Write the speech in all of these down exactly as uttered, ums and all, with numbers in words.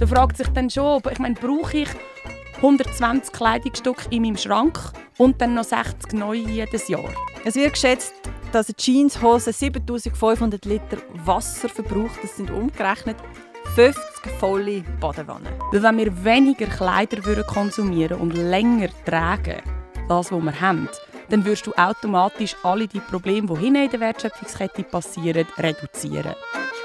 Da fragt sich dann schon, ich meine, brauche ich hundertzwanzig Kleidungsstücke in meinem Schrank und dann noch sechzig neue jedes Jahr? Es wird geschätzt, dass eine Jeanshose siebentausendfünfhundert Liter Wasser verbraucht. Das sind umgerechnet fünfzig volle Badewannen. Weil wenn wir weniger Kleider würden konsumieren und länger tragen, das, was wir haben, dann würdest du automatisch alle die Probleme, die hinten in der Wertschöpfungskette passieren, reduzieren.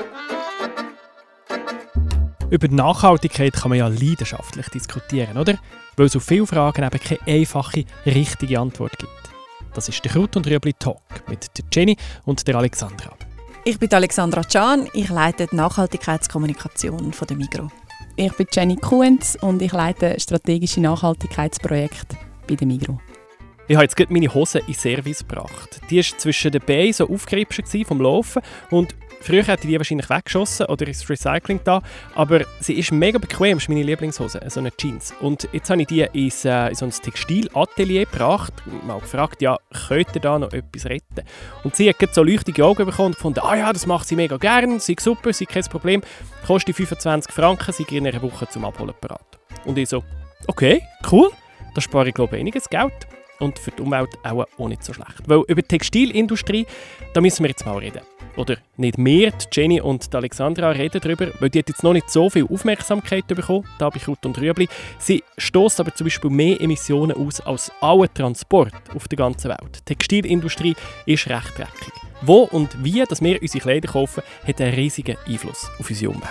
Über die Nachhaltigkeit kann man ja leidenschaftlich diskutieren, oder? Weil es auf viele Fragen eben keine einfache, richtige Antwort gibt. Das ist der Kraut- und Rüebli-Talk mit der Jenny und der Alexandra. Ich bin Alexandra Can, ich leite die Nachhaltigkeitskommunikation von der Migros. Ich bin Jenny Kuhns und ich leite strategische Nachhaltigkeitsprojekte bei der Migros. Ich habe jetzt gerade meine Hose in Service gebracht. Die war zwischen den Beinen so aufgeripscht vom Laufen und früher hätte ich die wahrscheinlich weggeschossen oder ins Recycling da, aber sie ist mega bequem, das ist meine Lieblingshose, so eine Jeans. Und jetzt habe ich die ins, äh, in so ein Textilatelier gebracht, mal gefragt, ja, könnt ihr da noch etwas retten? Und sie hat so leuchtige Augen bekommen und gefunden, ah ja, das macht sie mega gerne, sie ist super, sie ist kein Problem, kostet fünfundzwanzig Franken, sie geht in einer Woche zum Abholen parat. Und ich so, okay, cool, da spare ich glaube ich einiges Geld. Und für die Umwelt auch, auch nicht so schlecht. Weil über die Textilindustrie, da müssen wir jetzt mal reden. Oder nicht mehr, die Jenny und die Alexandra reden darüber, weil die hat jetzt noch nicht so viel Aufmerksamkeit bekommen, da bei Kraut und Rüebli. Sie stösst aber zum Beispiel mehr Emissionen aus als aller Transport auf der ganzen Welt. Die Textilindustrie ist recht dreckig. Wo und wie dass wir unsere Kleider kaufen, hat einen riesigen Einfluss auf unsere Umwelt.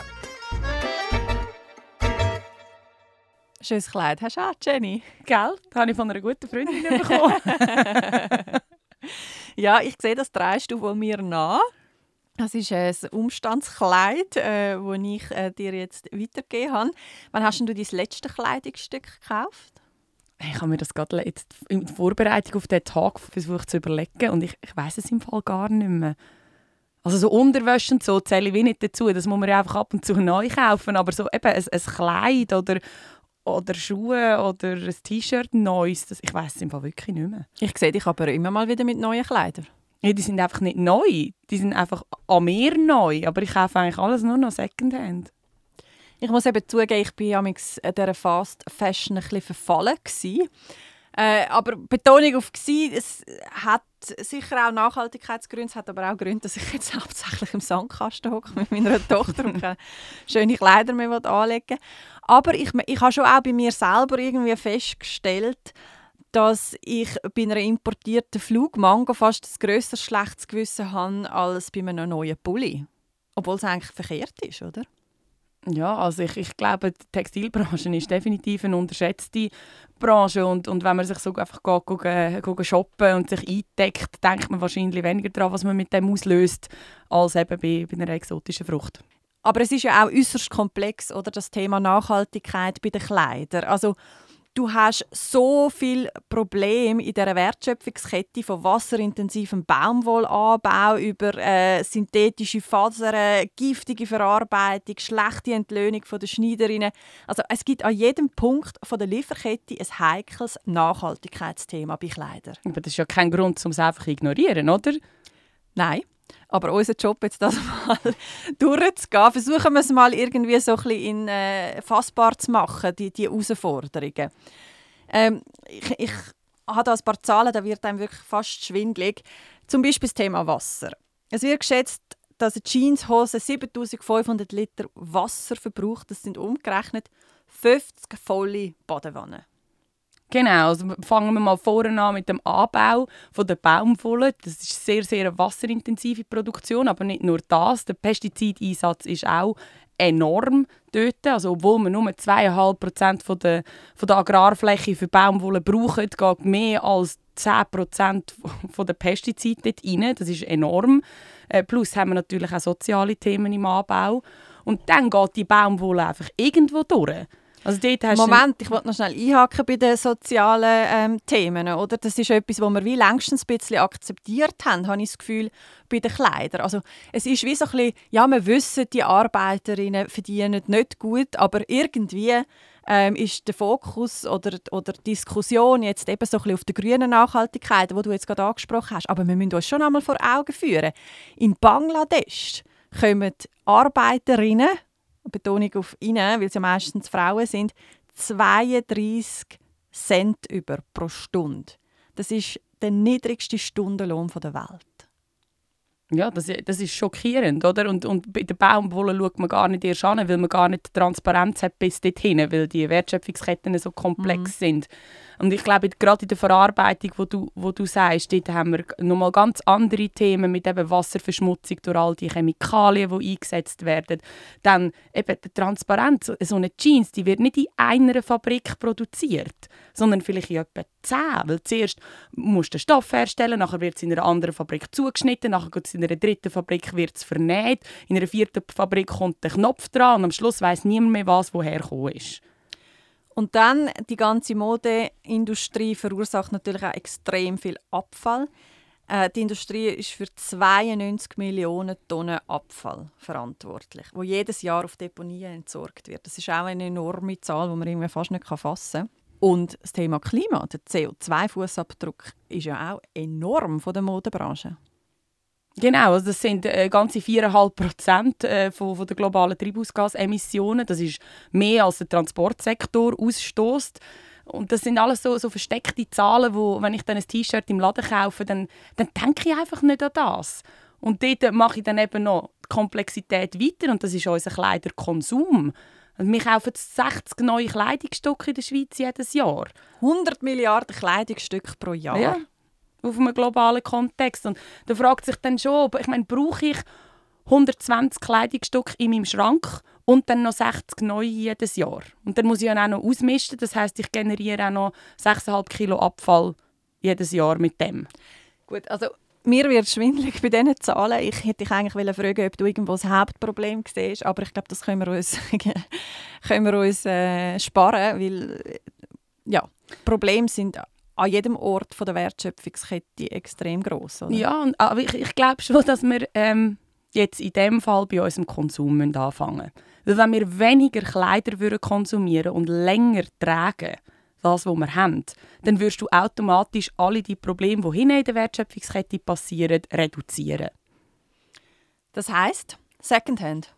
Schönes Kleid hast du auch, Jenny. Gell? Das habe ich von einer guten Freundin bekommen. Ja, ich sehe, das trägst du von mir nach. Das ist ein Umstandskleid, äh, das ich äh, dir jetzt weitergegeben habe. Wann hast du dein letztes Kleidungsstück gekauft? Ich habe mir das gerade jetzt in der Vorbereitung auf diesen Tag versucht zu überlegen und ich, ich weiss es im Fall gar nicht mehr. Also so Unterwäsche und so zähle ich wie nicht dazu. Das muss man ja einfach ab und zu neu kaufen. Aber so eben ein, ein Kleid oder oder Schuhe oder ein T-Shirt Neues, das, ich weiss es im Fall wirklich nicht mehr. Ich sehe dich aber immer mal wieder mit neuen Kleidern. Ja, die sind einfach nicht neu, die sind einfach an mir neu, aber ich kaufe eigentlich alles nur noch Secondhand. Ich muss eben zugeben, ich war in dieser Fast Fashion ein bisschen verfallen gewesen. Äh, aber Betonung auf «gsi», es hat sicher auch Nachhaltigkeitsgründe, es hat aber auch Gründe, dass ich jetzt hauptsächlich im Sandkasten hocke mit meiner Tochter und keine schöne Kleider mehr anlegen will. Aber ich, ich habe schon auch bei mir selber irgendwie festgestellt, dass ich bei einer importierten Flugmango fast ein grösseres schlechtes Gewissen habe als bei einem neuen Pulli. Obwohl es eigentlich verkehrt ist, oder? Ja, also ich, ich glaube, die Textilbranche ist definitiv eine unterschätzte Branche und, und wenn man sich so einfach geht, geht, geht shoppen und sich eindeckt, denkt man wahrscheinlich weniger daran, was man mit dem auslöst, als eben bei, bei einer exotischen Frucht. Aber es ist ja auch äußerst komplex, oder, das Thema Nachhaltigkeit bei den Kleidern. Also du hast so viele Probleme in dieser Wertschöpfungskette von wasserintensivem Baumwollanbau über äh, synthetische Fasern, giftige Verarbeitung, schlechte Entlöhnung von den Schneiderinnen. Also es gibt an jedem Punkt von der Lieferkette ein heikles Nachhaltigkeitsthema bei Kleidern. Aber das ist ja kein Grund, um es einfach zu ignorieren, oder? Nein. Aber unser Job jetzt das mal durchzugehen, versuchen wir es mal irgendwie so ein bisschen in, äh, fassbar zu machen, die, die Herausforderungen. Ähm, ich, ich habe da ein paar Zahlen, da wird einem wirklich fast schwindelig. Zum Beispiel das Thema Wasser. Es wird geschätzt, dass eine Jeanshose siebentausendfünfhundert Liter Wasser verbraucht. Das sind umgerechnet fünfzig volle Badewannen. Genau, also fangen wir mal vorne an mit dem Anbau von der Baumwolle. Das ist sehr, sehr eine wasserintensive Produktion, aber nicht nur das. Der Pestizideinsatz ist auch enorm dort. Also, obwohl wir nur zwei Komma fünf Prozent von der, von der Agrarfläche für Baumwolle brauchen, geht mehr als zehn Prozent von der Pestizide dort rein. Das ist enorm. Äh, plus haben wir natürlich auch soziale Themen im Anbau. Und dann geht die Baumwolle einfach irgendwo durch. Also dort hast Moment, ich wollte noch schnell einhaken bei den sozialen ähm, Themen. Oder? Das ist etwas, was wir wie längstens ein bisschen akzeptiert haben, habe ich das Gefühl, bei den Kleidern. Also, es ist wie so ein bisschen, ja, wir wissen, die Arbeiterinnen verdienen nicht gut, aber irgendwie ähm, ist der Fokus oder, oder die Diskussion jetzt eben so ein bisschen auf der grünen Nachhaltigkeit, die du jetzt gerade angesprochen hast. Aber wir müssen uns schon einmal vor Augen führen. In Bangladesch kommen Arbeiterinnen Betonung auf «innen», weil es ja meistens Frauen sind, zweiunddreissig Cent über pro Stunde. Das ist der niedrigste Stundenlohn der Welt. Ja, das, das ist schockierend, oder? Und, und bei der Baumwolle schaut man gar nicht erst an, weil man gar nicht Transparenz hat bis dorthin, weil die Wertschöpfungsketten so komplex mhm. sind. Und ich glaube, gerade in der Verarbeitung, wo du, wo du sagst, dort haben wir nochmal ganz andere Themen mit eben Wasserverschmutzung durch all die Chemikalien, die eingesetzt werden. Dann eben die Transparenz. So eine Jeans, die wird nicht in einer Fabrik produziert, sondern vielleicht in etwa zehn. Weil zuerst musst du den Stoff herstellen, nachher wird es in einer anderen Fabrik zugeschnitten, nachher geht es in einer dritten Fabrik wird es vernäht, in einer vierten Fabrik kommt der Knopf dran und am Schluss weiss niemand mehr, was woher gekommen ist. Und dann, die ganze Modeindustrie verursacht natürlich auch extrem viel Abfall. Äh, die Industrie ist für zweiundneunzig Millionen Tonnen Abfall verantwortlich, wo jedes Jahr auf Deponien entsorgt wird. Das ist auch eine enorme Zahl, die man irgendwie fast nicht fassen kann. Und das Thema Klima, der C O zwei Fußabdruck, ist ja auch enorm von der Modebranche. Genau, also das sind äh, ganze vier Komma fünf Prozent äh, von, von der globalen Treibhausgasemissionen. Das ist mehr als der Transportsektor ausstößt. Und das sind alles so, so versteckte Zahlen, wo, wenn ich dann ein T-Shirt im Laden kaufe, dann, dann denke ich einfach nicht an das. Und dort mache ich dann eben noch die Komplexität weiter und das ist unser Kleiderkonsum. Also wir kaufen sechzig neue Kleidungsstücke in der Schweiz jedes Jahr. hundert Milliarden Kleidungsstücke pro Jahr. Ja. Auf einem globalen Kontext. Und da fragt sich dann schon, ich meine, brauche ich hundertzwanzig Kleidungsstücke in meinem Schrank und dann noch sechzig neue jedes Jahr. Und dann muss ich ja auch noch ausmisten, das heisst, ich generiere auch noch sechs Komma fünf Kilo Abfall jedes Jahr mit dem. Gut, also mir wird schwindelig bei diesen Zahlen. Ich hätte dich eigentlich fragen, ob du irgendwo das Hauptproblem siehst, aber ich glaube, das können wir uns, können wir uns äh, sparen, weil ja, Probleme sind an jedem Ort von der Wertschöpfungskette extrem gross, oder? Ja, und, aber ich, ich glaube schon, dass wir ähm, jetzt in diesem Fall bei unserem Konsum anfangen müssen. Weil wenn wir weniger Kleider würden konsumieren und länger tragen, das, was wir haben, dann würdest du automatisch alle die Probleme, die hinten in der Wertschöpfungskette passieren, reduzieren. Das heisst, Secondhand?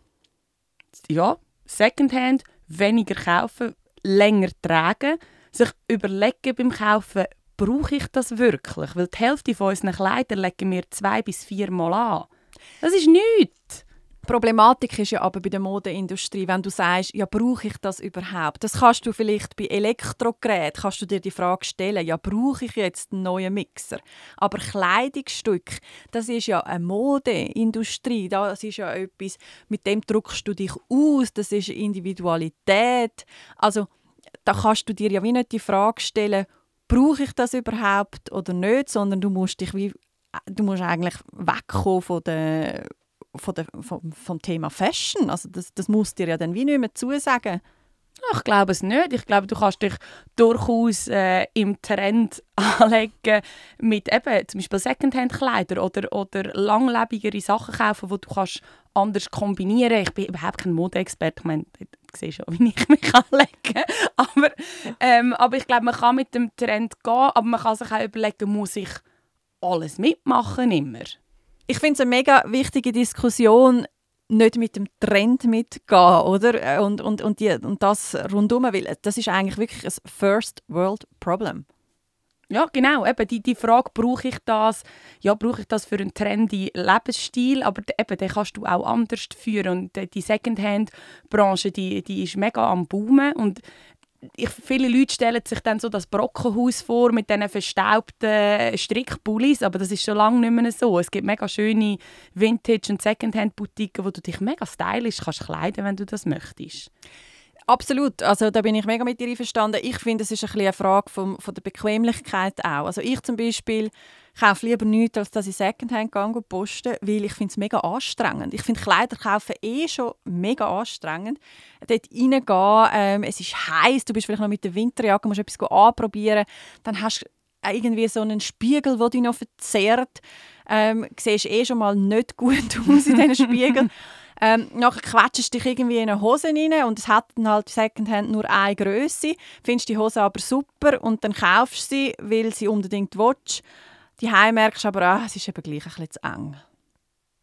Ja, Secondhand, weniger kaufen, länger tragen, sich überlegen beim Kaufen, brauche ich das wirklich? Weil die Hälfte von unseren Kleidern legen wir zwei bis vier Mal an. Das ist nichts. Die Problematik ist ja aber bei der Modeindustrie, wenn du sagst, ja, brauche ich das überhaupt? Das kannst du vielleicht bei Elektrogeräten, kannst du dir die Frage stellen, ja, brauche ich jetzt einen neuen Mixer? Aber Kleidungsstück, das ist ja eine Modeindustrie, das ist ja etwas, mit dem drückst du dich aus, das ist Individualität. Also, da kannst du dir ja wie nicht die Frage stellen, brauche ich das überhaupt oder nicht, sondern du musst dich wie, du musst eigentlich wegkommen von der, von der, vom, vom Thema Fashion. Also das, das muss dir ja dann wie nicht mehr zusagen. Ich glaube es nicht. Ich glaube, du kannst dich durchaus äh, im Trend anlegen mit eben zum Beispiel Secondhand-Kleider oder, oder langlebigere Sachen kaufen, die du kannst anders kombinieren kannst. Ich bin überhaupt kein Modeexperte. Ich meine, du siehst schon, wie ich mich anlege. Aber, ähm, aber ich glaube, man kann mit dem Trend gehen, aber man kann sich auch überlegen, muss ich alles mitmachen immer? Ich finde es eine mega wichtige Diskussion, nicht mit dem Trend mitgehen, oder? Und, und, und, die, und das rundum, weil das ist eigentlich wirklich ein First World Problem. Ja, genau. Eben die, die Frage, brauche ich das? Ja, brauche ich das für einen trendy Lebensstil? Aber eben, den kannst du auch anders führen. Und die Secondhand-Branche, die, die ist mega am Boomen. Und ich, viele Leute stellen sich dann so das Brockenhaus vor mit diesen verstaubten Strickpullis, aber das ist schon lange nicht mehr so. Es gibt mega schöne Vintage- und Secondhand-Boutiquen, wo du dich mega stylisch kannst kleiden, wenn du das möchtest. Absolut, also da bin ich mega mit dir einverstanden. Ich finde, es ist ein bisschen eine Frage vom, von der Bequemlichkeit auch. Also ich zum Beispiel kaufe lieber nichts, als dass ich Secondhand gehe und poste, weil ich finde es mega anstrengend. Ich finde Kleider kaufen eh schon mega anstrengend. Dort reingehen, ähm, es ist heiß, du bist vielleicht noch mit der Winterjacke, musst etwas anprobieren, dann hast du irgendwie so einen Spiegel, der dich noch verzerrt. Ähm, siehst eh schon mal nicht gut aus in diesen Spiegel. Ähm, nachher quetschst du dich irgendwie in eine Hose rein und es hat dann halt Secondhand nur eine Grösse. Findest die Hose aber super und dann kaufst du sie, weil sie unbedingt willst. Die Heim merkst aber, ah, es ist eben gleich ein bisschen zu eng.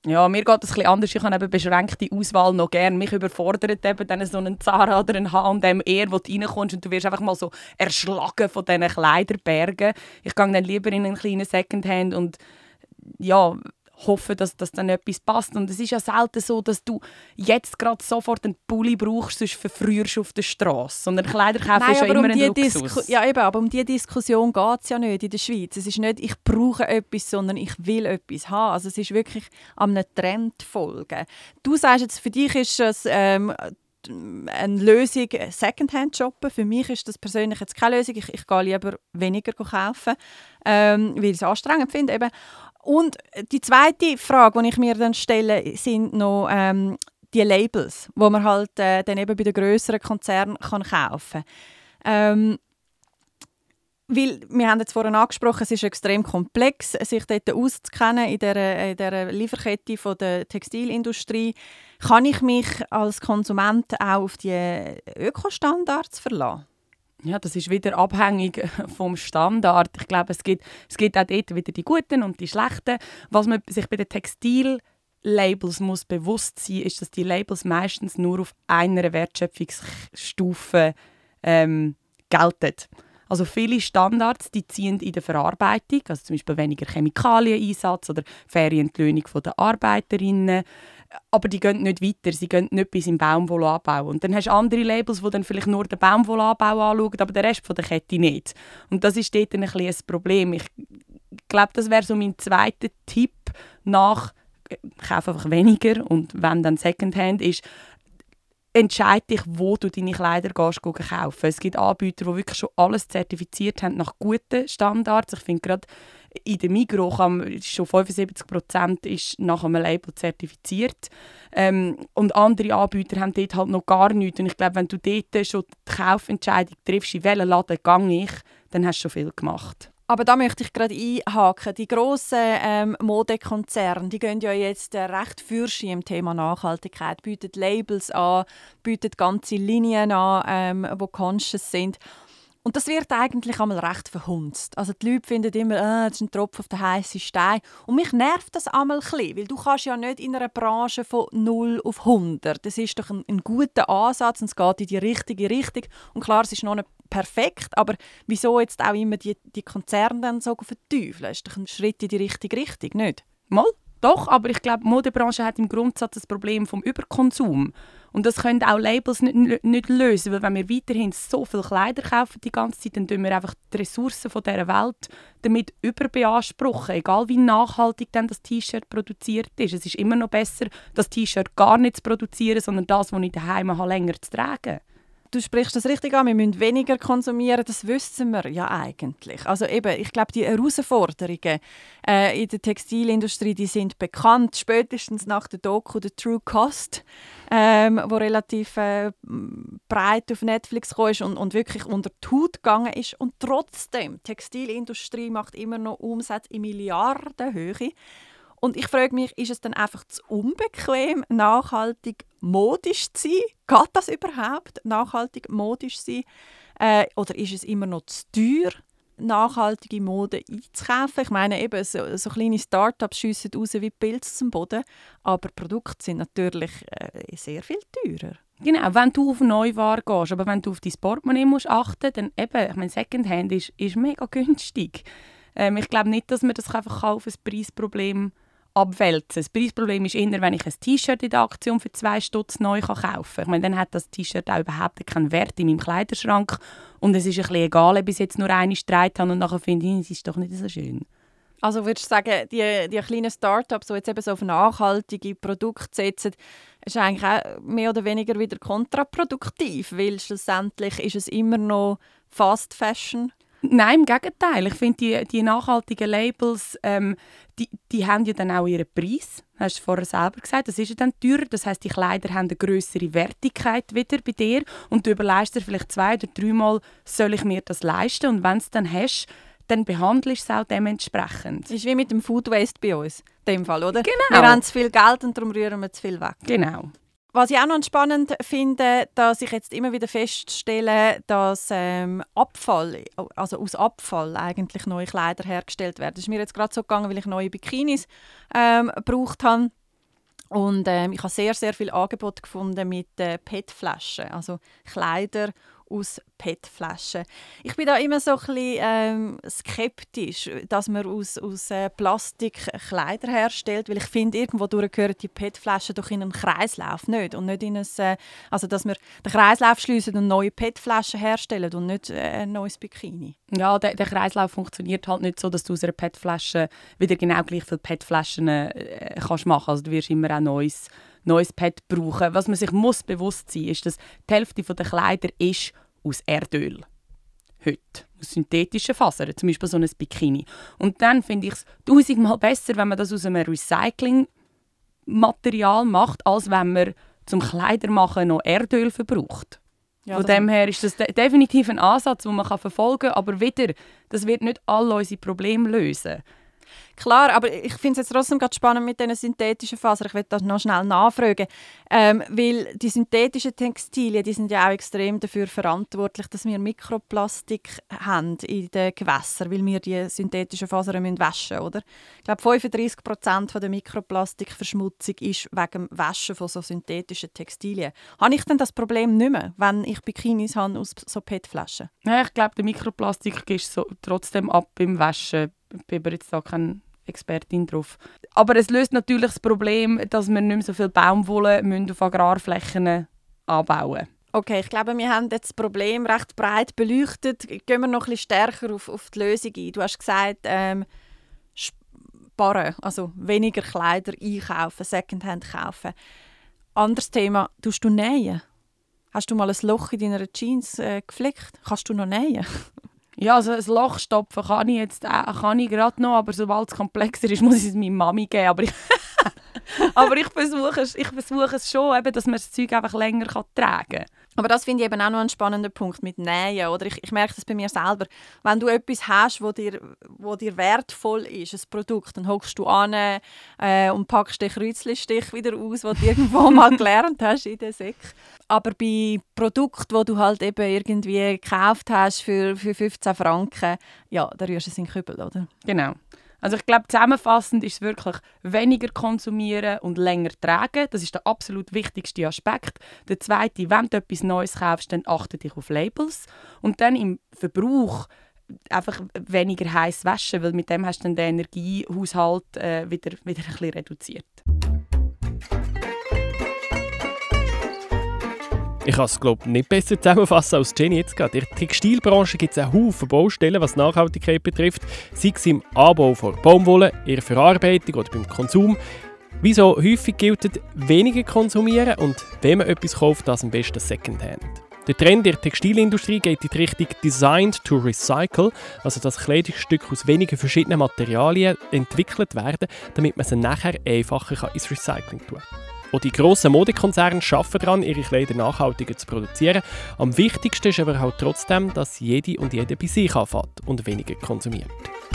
Ja, mir geht es ein bisschen anders. Ich habe eben beschränkte Auswahl noch gerne. Mich überfordert eben dann so einen Zara oder einen H und M eher, wo du reinkommst und du wirst einfach mal so erschlagen von diesen Kleiderbergen. Ich gehe dann lieber in einen kleinen Secondhand und ja, hoffe, dass, dass dann etwas passt. Und es ist ja selten so, dass du jetzt gerade sofort einen Pulli brauchst, sonst verfrierst du auf der Straße. Sondern Kleider kaufen Nein, ist ja aber immer um ein die Luxus. Disku- ja, eben, aber um diese Diskussion geht es ja nicht in der Schweiz. Es ist nicht, ich brauche etwas, sondern ich will etwas haben. Also es ist wirklich an einem Trend folgen. Du sagst jetzt, für dich ist es ähm, eine Lösung Secondhand shoppen. Für mich ist das persönlich jetzt keine Lösung. Ich, ich gehe lieber weniger kaufen, ähm, weil ich es anstrengend finde. Eben. Und die zweite Frage, die ich mir dann stelle, sind noch ähm, die Labels, die man halt äh, dann eben bei den grösseren Konzernen kann kaufen kann. Ähm, weil, wir haben jetzt vorhin angesprochen, es ist extrem komplex, sich dort auszukennen in dieser, in dieser Lieferkette von der Textilindustrie. Kann ich mich als Konsument auch auf die Ökostandards verlassen? Ja, das ist wieder abhängig vom Standard. Ich glaube, es gibt, es gibt auch dort wieder die Guten und die Schlechten. Was man sich bei den Textillabels muss bewusst sein, ist, dass die Labels meistens nur auf einer Wertschöpfungsstufe ähm, gelten. Also viele Standards, die ziehen in der Verarbeitung, also zum Beispiel weniger Chemikalieneinsatz oder faire Entlöhnung der Arbeiterinnen. Aber die gehen nicht weiter, sie gehen nicht bis im Baumwollanbau. Und dann hast du andere Labels, die dann vielleicht nur den Baumwollanbau anschauen, aber den Rest von der Kette nicht. Und das ist dort ein bisschen ein Problem. Ich glaube, das wäre so mein zweiter Tipp nach «Kauf einfach weniger» und wenn dann Secondhand ist, entscheide dich, wo du deine Kleider gehst, kaufen. Es gibt Anbieter, die wirklich schon alles zertifiziert haben nach guten Standards. Ich finde gerade in der Migros kann schon fünfundsiebzig Prozent ist nach einem Label zertifiziert. Ähm, und andere Anbieter haben dort halt noch gar nichts. Und ich glaube, wenn du dort schon die Kaufentscheidung triffst, in welchen Laden gehe ich, dann hast du schon viel gemacht. Aber da möchte ich gerade einhaken. Die grossen ähm, Modekonzerne, die gehen ja jetzt äh, recht fürsch im Thema Nachhaltigkeit, bieten Labels an, bieten ganze Linien an, ähm, die conscious sind. Und das wird eigentlich einmal recht verhunzt. Also die Leute finden immer, ah, das ist ein Tropfen auf den heißen Stein. Und mich nervt das einmal ein bisschen, weil du kannst ja nicht in einer Branche von null auf hundert. Das ist doch ein, ein guter Ansatz und es geht in die richtige Richtung. Und klar, es ist noch nicht perfekt, aber wieso jetzt auch immer die, die Konzerne dann so verteufeln? Das ist doch ein Schritt in die richtige Richtung, nicht? Mal, doch, aber ich glaube, die Modebranche hat im Grundsatz das Problem vom Überkonsum. Und das können auch Labels nicht, nicht, nicht lösen, weil wenn wir weiterhin so viele Kleider kaufen die ganze Zeit, dann tun wir einfach die Ressourcen von dieser Welt damit überbeanspruchen, egal wie nachhaltig dann das T-Shirt produziert ist. Es ist immer noch besser, das T-Shirt gar nicht zu produzieren, sondern das, was ich daheim habe, länger zu tragen. Du sprichst das richtig an, wir müssen weniger konsumieren, das wissen wir ja eigentlich. Also eben, ich glaube, die Herausforderungen äh, in der Textilindustrie, die sind bekannt, spätestens nach der Doku «The True Cost», ähm, wo relativ äh, breit auf Netflix kam und, und wirklich unter die Haut gegangen ist. Und trotzdem, die Textilindustrie macht immer noch Umsätze in Milliardenhöhe. Und ich frage mich, ist es dann einfach zu unbequem, nachhaltig modisch zu sein? Geht das überhaupt, nachhaltig modisch zu sein? Äh, oder ist es immer noch zu teuer, nachhaltige Mode einzukaufen? Ich meine, eben, so, so kleine Start-ups schiessen raus wie Pilze zum Boden, aber Produkte sind natürlich äh, sehr viel teurer. Genau, wenn du auf Neuware gehst, aber wenn du auf dein Portemonnaie musst achten, dann eben, ich meine, Secondhand ist, ist mega günstig. Ähm, ich glaube nicht, dass man das einfach auf ein Preisproblem abwälzen. Das Preisproblem ist eher, wenn ich ein T-Shirt in der Aktion für zwei Stutz neu kaufen kann. Ich meine, dann hat das T-Shirt auch überhaupt keinen Wert in meinem Kleiderschrank. Und es ist ein bisschen egal, ob ich es jetzt nur eine Streit habe und nachher finde ich, es ist doch nicht so schön. Also würdest du sagen, die, die kleinen Start-ups, die jetzt eben so auf nachhaltige Produkte setzen, ist eigentlich auch mehr oder weniger wieder kontraproduktiv, weil schlussendlich ist es immer noch Fast Fashion? Nein, im Gegenteil. Ich finde, die, die nachhaltigen Labels, ähm, die, die haben ja dann auch ihren Preis. Du hast es vorher selber gesagt, das ist ja dann teurer. Das heisst, die Kleider haben eine grössere Wertigkeit wieder bei dir. Und du überlegst dir vielleicht zwei oder dreimal, soll ich mir das leisten? Und wenn du es dann hast, dann behandelst du es auch dementsprechend. Das ist wie mit dem Food Waste bei uns, in dem Fall, oder? Genau. Wir haben zu viel Geld und darum rühren wir zu viel weg. Genau. Was ich auch noch spannend finde, dass ich jetzt immer wieder feststelle, dass ähm, Abfall, also aus Abfall eigentlich neue Kleider hergestellt werden. Das ist mir jetzt gerade so gegangen, weil ich neue Bikinis ähm, gebraucht habe. Und ähm, ich habe sehr, sehr viel Angebot gefunden mit äh, P E T-Flaschen, also Kleider aus P E T-Flaschen. Ich bin da immer so ein bisschen ähm, skeptisch, dass man aus, aus äh, Plastik Kleider herstellt, weil ich finde, irgendwo gehören die P E T-Flaschen doch in einen Kreislauf, nicht? Und nicht in ein, äh, also dass wir den Kreislauf schliessen und neue P E T-Flaschen herstellen und nicht äh, ein neues Bikini. Ja, der, der Kreislauf funktioniert halt nicht so, dass du aus einer P E T-Flasche wieder genau gleich viele P E T-Flaschen äh, kannst machen. Also du wirst immer auch neues neues P E T brauchen. Was man sich muss bewusst sein muss, ist, dass die Hälfte der Kleider ist aus Erdöl. Heute. Aus synthetischen Fasern, zum Beispiel so ein Bikini. Und dann finde ich es tausendmal besser, wenn man das aus einem Recyclingmaterial macht, als wenn man zum Kleidermachen noch Erdöl verbraucht. Ja, Von dem her ist das de- definitiv ein Ansatz, den man verfolgen kann. Aber wieder, das wird nicht alle unsere Probleme lösen. Klar, aber ich finde es jetzt trotzdem ganz spannend mit diesen synthetischen Fasern. Ich will das noch schnell nachfragen. Ähm, weil die synthetischen Textilien, die sind ja auch extrem dafür verantwortlich, dass wir Mikroplastik haben in den Gewässern, weil wir die synthetischen Fasern müssen waschen, oder? Ich glaube, fünfunddreissig Prozent der Mikroplastikverschmutzung ist wegen dem Waschen von so synthetischen Textilien. Habe ich denn das Problem nicht mehr, wenn ich Bikinis habe aus so P E T-Flaschen? Ja, ich glaube, der Mikroplastik gehst so trotzdem ab beim Waschen. Ich bin aber jetzt da keine Expertin drauf. Aber es löst natürlich das Problem, dass wir nicht mehr so viel Baumwolle auf Agrarflächen anbauen müssen. Okay, ich glaube, wir haben jetzt das Problem recht breit beleuchtet. Gehen wir noch ein bisschen stärker auf, auf die Lösung ein. Du hast gesagt, ähm, sparen, also weniger Kleider einkaufen, Secondhand kaufen. Anderes Thema, tust du nähen? Hast du mal ein Loch in deiner Jeans äh, geflickt? Kannst du noch nähen? Ja, also ein Loch stopfen kann ich jetzt äh, kann ich gerade noch, aber sobald es komplexer ist, muss ich es meiner Mami geben. Aber ich, aber ich versuche es, ich versuche es schon, eben, dass man das Zeug einfach länger kann tragen kann. Aber das finde ich eben auch noch einen spannenden Punkt mit Nähen. Oder ich, ich merke das bei mir selber. Wenn du etwas hast, wo dir, wo dir wertvoll ist, ein Produkt, dann hockst du an äh, und packst den Kreuzlistich wieder aus, den du irgendwo mal gelernt hast in der Sek. Aber bei Produkten, die du halt eben irgendwie gekauft hast für, für fünfzehn Franken, ja, da rührst du es in den Kübel, oder? Genau. Also ich glaube, zusammenfassend ist es wirklich weniger konsumieren und länger tragen. Das ist der absolut wichtigste Aspekt. Der zweite, wenn du etwas Neues kaufst, dann achte dich auf Labels. Und dann im Verbrauch einfach weniger heiß waschen, weil mit dem hast du dann den Energiehaushalt äh, wieder, wieder ein bisschen reduziert. Ich kann es, glaube ich, nicht besser zusammenfassen als Jenny jetzt gerade. In der Textilbranche gibt es einen Haufen Baustellen, was Nachhaltigkeit betrifft, sei es im Anbau von Baumwolle, ihrer Verarbeitung oder beim Konsum. Wie so häufig gilt, weniger konsumieren und wenn man etwas kauft, das am besten Secondhand. Der Trend der Textilindustrie geht in die Richtung Designed to Recycle, also dass Kleidungsstücke aus wenigen verschiedenen Materialien entwickelt werden, damit man sie nachher einfacher ins Recycling tun kann. Auch die grossen Modekonzerne arbeiten daran, ihre Kleider nachhaltiger zu produzieren. Am wichtigsten ist aber halt trotzdem, dass jede und jeder bei sich anfängt und weniger konsumiert.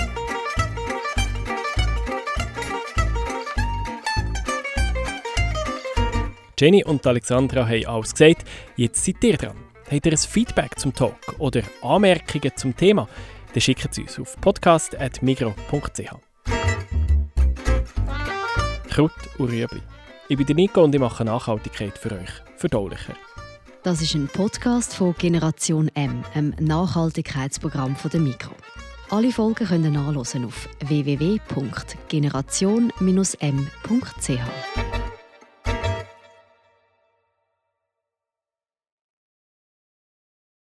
Jenny und Alexandra haben alles gesagt. Jetzt seid ihr dran. Habt ihr ein Feedback zum Talk oder Anmerkungen zum Thema? Dann schickt es uns auf podcast at migro punkt c h. Kraut und Rüebli. Ich bin Nico und ich mache Nachhaltigkeit für euch verdaulicher. Das ist ein Podcast von Generation M, einem Nachhaltigkeitsprogramm von der Migro. Alle Folgen können ihr nachhören auf w w w punkt generation m punkt c h.